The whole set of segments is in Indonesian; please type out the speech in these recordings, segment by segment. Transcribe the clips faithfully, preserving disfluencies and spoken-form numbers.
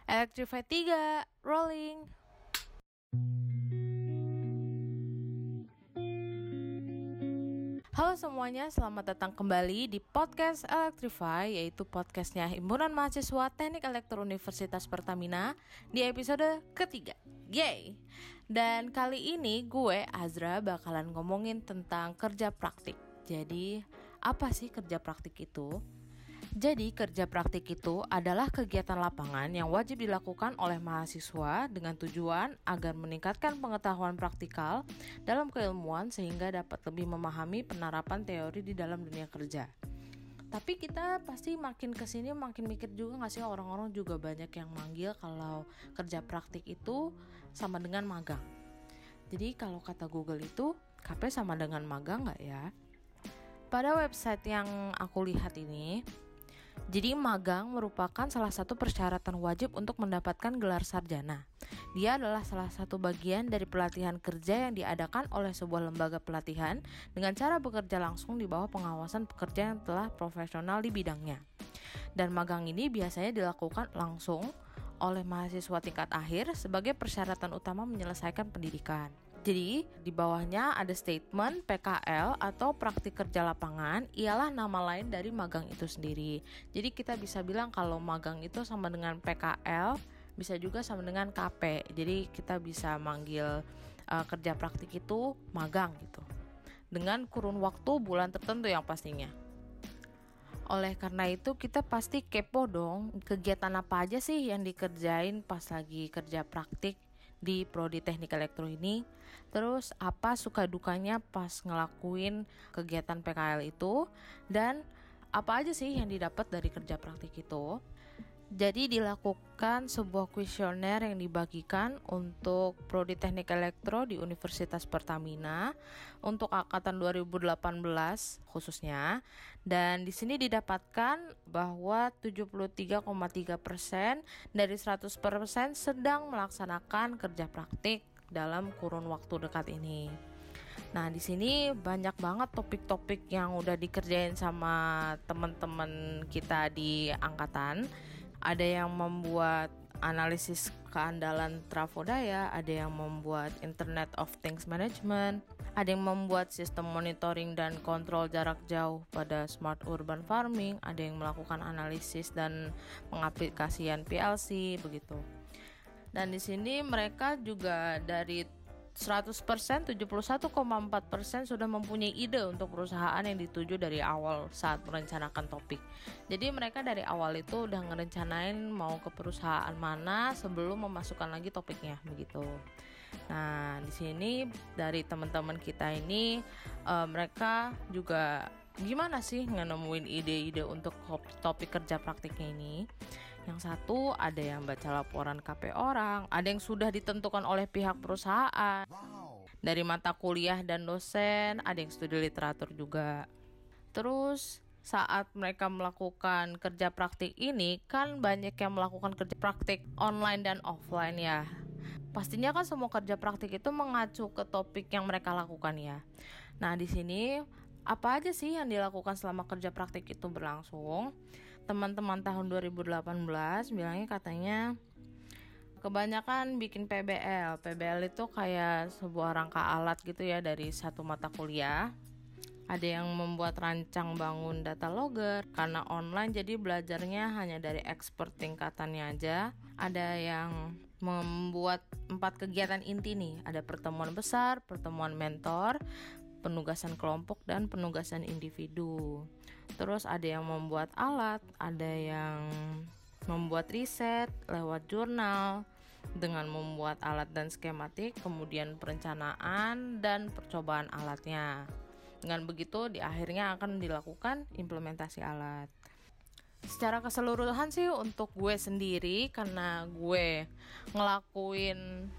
Electrify tiga, rolling. Halo semuanya, selamat datang kembali di podcast Electrify, yaitu podcastnya Himpunan Mahasiswa Teknik Elektro Universitas Pertamina di episode ketiga. Yeay! Dan kali ini gue, Azra, bakalan ngomongin tentang kerja praktik. Jadi, apa sih kerja praktik itu? Jadi, kerja praktik itu adalah kegiatan lapangan yang wajib dilakukan oleh mahasiswa dengan tujuan agar meningkatkan pengetahuan praktikal dalam keilmuan sehingga dapat lebih memahami penerapan teori di dalam dunia kerja. Tapi kita pasti makin kesini makin mikir juga gak sih, orang-orang juga banyak yang manggil kalau kerja praktik itu sama dengan magang. Jadi kalau kata Google itu, K P sama dengan magang gak ya? Pada website yang aku lihat ini, jadi magang merupakan salah satu persyaratan wajib untuk mendapatkan gelar sarjana. Dia adalah salah satu bagian dari pelatihan kerja yang diadakan oleh sebuah lembaga pelatihan dengan cara bekerja langsung di bawah pengawasan pekerja yang telah profesional di bidangnya. Dan magang ini biasanya dilakukan langsung oleh mahasiswa tingkat akhir sebagai persyaratan utama menyelesaikan pendidikan. Jadi, di bawahnya ada statement P K L atau praktik kerja lapangan, ialah nama lain dari magang itu sendiri. Jadi, kita bisa bilang kalau magang itu sama dengan P K L, bisa juga sama dengan K P. Jadi, kita bisa manggil uh, kerja praktik itu magang gitu. Dengan kurun waktu bulan tertentu yang pastinya. Oleh karena itu, kita pasti kepo dong, kegiatan apa aja sih yang dikerjain pas lagi kerja praktik di Prodi Teknik Elektro ini. Terus apa suka dukanya pas ngelakuin kegiatan P K L itu, dan apa aja sih yang didapat dari kerja praktik itu. Jadi dilakukan sebuah kuesioner yang dibagikan untuk Prodi Teknik Elektro di Universitas Pertamina untuk angkatan dua ribu delapan belas khususnya, dan di sini didapatkan bahwa tujuh puluh tiga koma tiga persen dari seratus persen sedang melaksanakan kerja praktik dalam kurun waktu dekat ini. Nah, di sini banyak banget topik-topik yang udah dikerjain sama teman-teman kita di angkatan. Ada yang membuat analisis keandalan trafo daya, ada yang membuat Internet of Things Management, ada yang membuat sistem monitoring dan kontrol jarak jauh pada smart urban farming, ada yang melakukan analisis dan pengaplikasian P L C begitu. Dan di sini mereka juga dari seratus persen, tujuh puluh satu koma empat persen sudah mempunyai ide untuk perusahaan yang dituju dari awal saat merencanakan topik. Jadi mereka dari awal itu udah ngerencanain mau ke perusahaan mana sebelum memasukkan lagi topiknya begitu. Nah, di sini dari teman-teman kita ini uh, mereka juga gimana sih nemuin ide-ide untuk topik kerja praktiknya ini. Yang satu ada yang baca laporan K P orang, ada yang sudah ditentukan oleh pihak perusahaan. Dari mata kuliah dan dosen, ada yang studi literatur juga. Terus saat mereka melakukan kerja praktik ini, kan banyak yang melakukan kerja praktik online dan offline ya. Pastinya kan semua kerja praktik itu mengacu ke topik yang mereka lakukan ya. Nah, di sini apa aja sih yang dilakukan selama kerja praktik itu berlangsung? Teman-teman tahun dua ribu delapan belas bilangnya katanya kebanyakan bikin P B L. P B L itu kayak sebuah rangka alat gitu ya dari satu mata kuliah. Ada yang membuat rancang bangun data logger karena online, jadi belajarnya hanya dari expert tingkatannya aja. Ada yang membuat empat kegiatan inti nih, ada pertemuan besar, pertemuan mentor, penugasan kelompok, dan penugasan individu. Terus ada yang membuat alat, ada yang membuat riset lewat jurnal dengan membuat alat dan skematik, kemudian perencanaan dan percobaan alatnya. Dengan begitu di akhirnya akan dilakukan implementasi alat. Secara keseluruhan sih untuk gue sendiri, karena gue ngelakuin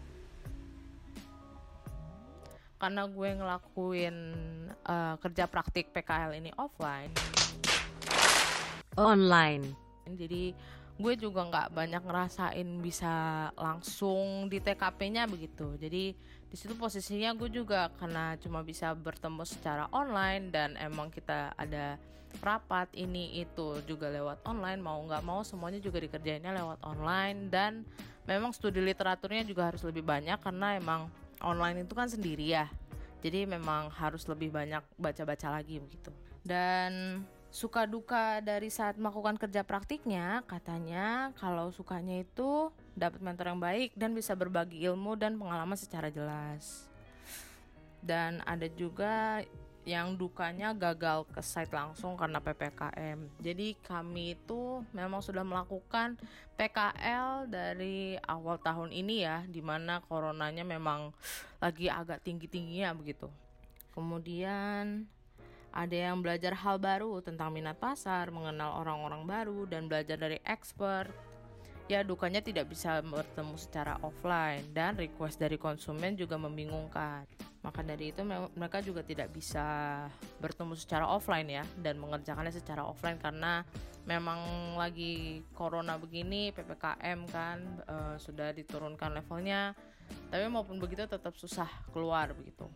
karena gue ngelakuin uh, kerja praktik P K L ini offline online. Jadi gue juga nggak banyak ngerasain bisa langsung di T K P-nya begitu. Jadi di situ posisinya gue juga karena cuma bisa bertemu secara online dan emang kita ada rapat ini itu juga lewat online, mau nggak mau semuanya juga dikerjainnya lewat online. Dan memang studi literaturnya juga harus lebih banyak karena emang online itu kan sendiri ya, jadi memang harus lebih banyak baca-baca lagi begitu. Dan suka duka dari saat melakukan kerja praktiknya, katanya kalau sukanya itu dapat mentor yang baik dan bisa berbagi ilmu dan pengalaman secara jelas. Dan ada juga yang dukanya gagal ke site langsung karena P P K M. Jadi kami itu memang sudah melakukan P K L dari awal tahun ini ya, dimana coronanya memang lagi agak tinggi-tingginya begitu. Kemudian ada yang belajar hal baru tentang minat pasar, mengenal orang-orang baru, dan belajar dari expert. Ya, dukanya tidak bisa bertemu secara offline dan request dari konsumen juga membingungkan. Maka dari itu mereka juga tidak bisa bertemu secara offline ya, dan mengerjakannya secara offline karena memang lagi corona begini, P P K M kan e, sudah diturunkan levelnya. Tapi maupun begitu tetap susah keluar begitu.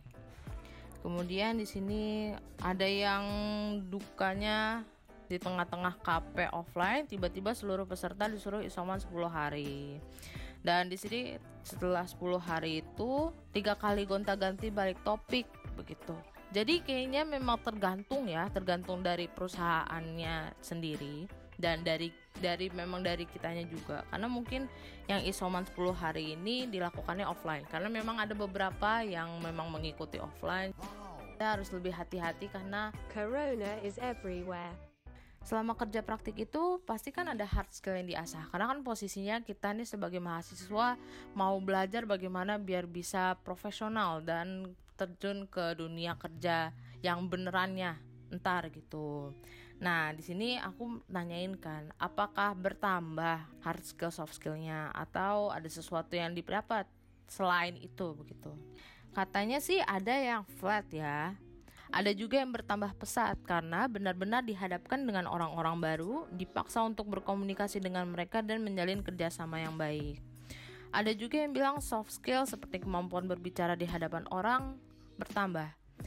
Kemudian di sini ada yang dukanya di tengah-tengah K P offline tiba-tiba seluruh peserta disuruh isoman sepuluh hari. Dan di sini setelah sepuluh hari itu tiga kali gonta-ganti balik topik begitu. Jadi kayaknya memang tergantung ya, tergantung dari perusahaannya sendiri dan dari dari memang dari kitanya juga. Karena mungkin yang isoman sepuluh hari ini dilakukannya offline karena memang ada beberapa yang memang mengikuti offline. Kita harus lebih hati-hati karena Corona is everywhere. Selama kerja praktik itu pasti kan ada hard skill yang diasah. Karena kan posisinya kita nih sebagai mahasiswa mau belajar bagaimana biar bisa profesional dan terjun ke dunia kerja yang benerannya entar gitu. Nah di sini aku nanyain kan, apakah bertambah hard skill soft skillnya atau ada sesuatu yang didapat selain itu begitu. Katanya sih ada yang flat ya. Ada juga yang bertambah pesat karena benar-benar dihadapkan dengan orang-orang baru, dipaksa untuk berkomunikasi dengan mereka dan menjalin kerjasama yang baik. Ada juga yang bilang soft skill seperti kemampuan berbicara di hadapan orang bertambah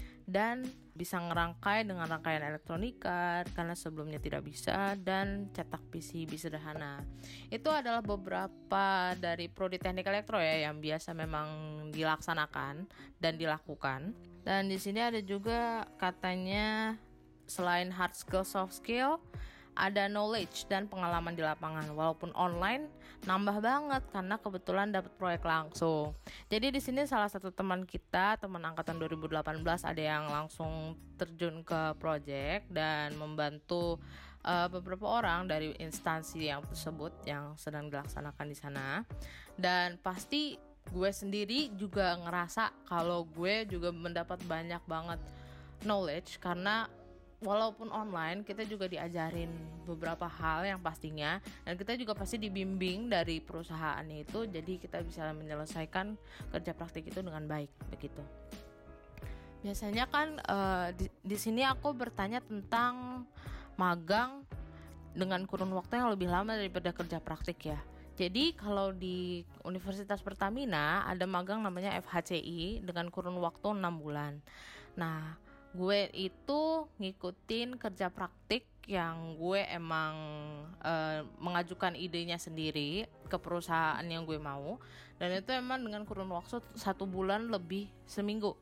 dan bisa ngerangkai dengan rangkaian elektronika karena sebelumnya tidak bisa, dan cetak P C B sederhana. Itu adalah beberapa dari prodi teknik elektro ya yang biasa memang dilaksanakan dan dilakukan. Dan di sini ada juga katanya selain hard skill soft skill ada knowledge dan pengalaman di lapangan. Walaupun online nambah banget karena kebetulan dapat proyek langsung. Jadi di sini salah satu teman kita, teman angkatan dua ribu delapan belas ada yang langsung terjun ke proyek dan membantu uh, beberapa orang dari instansi yang tersebut yang sedang dilaksanakan di sana. Dan pasti gue sendiri juga ngerasa kalau gue juga mendapat banyak banget knowledge karena walaupun online kita juga diajarin beberapa hal yang pastinya, dan kita juga pasti dibimbing dari perusahaan itu, jadi kita bisa menyelesaikan kerja praktik itu dengan baik begitu. Biasanya kan uh, di, di sini aku bertanya tentang magang dengan kurun waktu yang lebih lama daripada kerja praktik ya. Jadi kalau di Universitas Pertamina ada magang namanya F H C I dengan kurun waktu enam bulan. Nah, gue itu ngikutin kerja praktik yang gue emang e, mengajukan idenya sendiri ke perusahaan yang gue mau, dan itu emang dengan kurun waktu satu bulan lebih seminggu.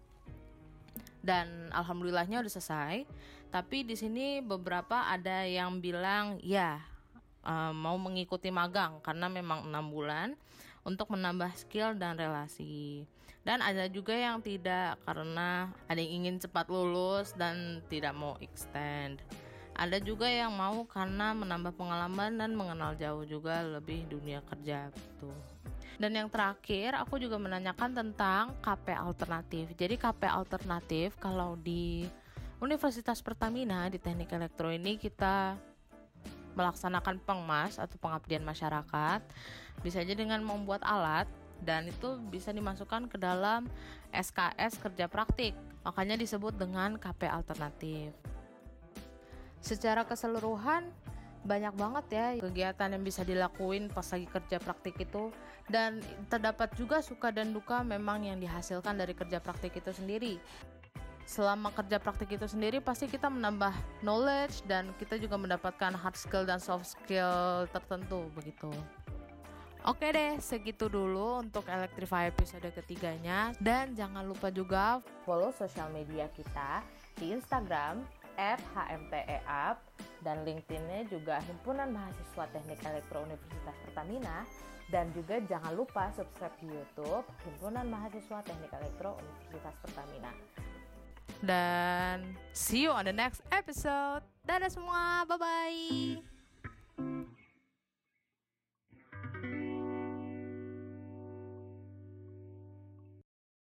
Dan alhamdulillahnya udah selesai. Tapi di sini beberapa ada yang bilang ya e, mau mengikuti magang karena memang enam bulan untuk menambah skill dan relasi. Dan ada juga yang tidak karena ada yang ingin cepat lulus dan tidak mau extend. Ada juga yang mau karena menambah pengalaman dan mengenal jauh juga lebih dunia kerja gitu. Dan yang terakhir aku juga menanyakan tentang K P alternatif. Jadi K P alternatif kalau di Universitas Pertamina di Teknik Elektro ini kita melaksanakan pengmas atau pengabdian masyarakat, bisa aja dengan membuat alat, dan itu bisa dimasukkan ke dalam S K S kerja praktik, makanya disebut dengan K P alternatif. Secara keseluruhan banyak banget ya kegiatan yang bisa dilakuin pas lagi kerja praktik itu, dan terdapat juga suka dan duka memang yang dihasilkan dari kerja praktik itu sendiri. Selama kerja praktik itu sendiri pasti kita menambah knowledge dan kita juga mendapatkan hard skill dan soft skill tertentu begitu. Oke deh, segitu dulu untuk Electrify episode ketiganya. Dan jangan lupa juga follow sosial media kita di Instagram at h m t e a p dan LinkedIn-nya juga Himpunan Mahasiswa Teknik Elektro Universitas Pertamina. Dan juga jangan lupa subscribe di YouTube Himpunan Mahasiswa Teknik Elektro Universitas Pertamina. Dan see you on the next episode. Dadah semua, bye-bye.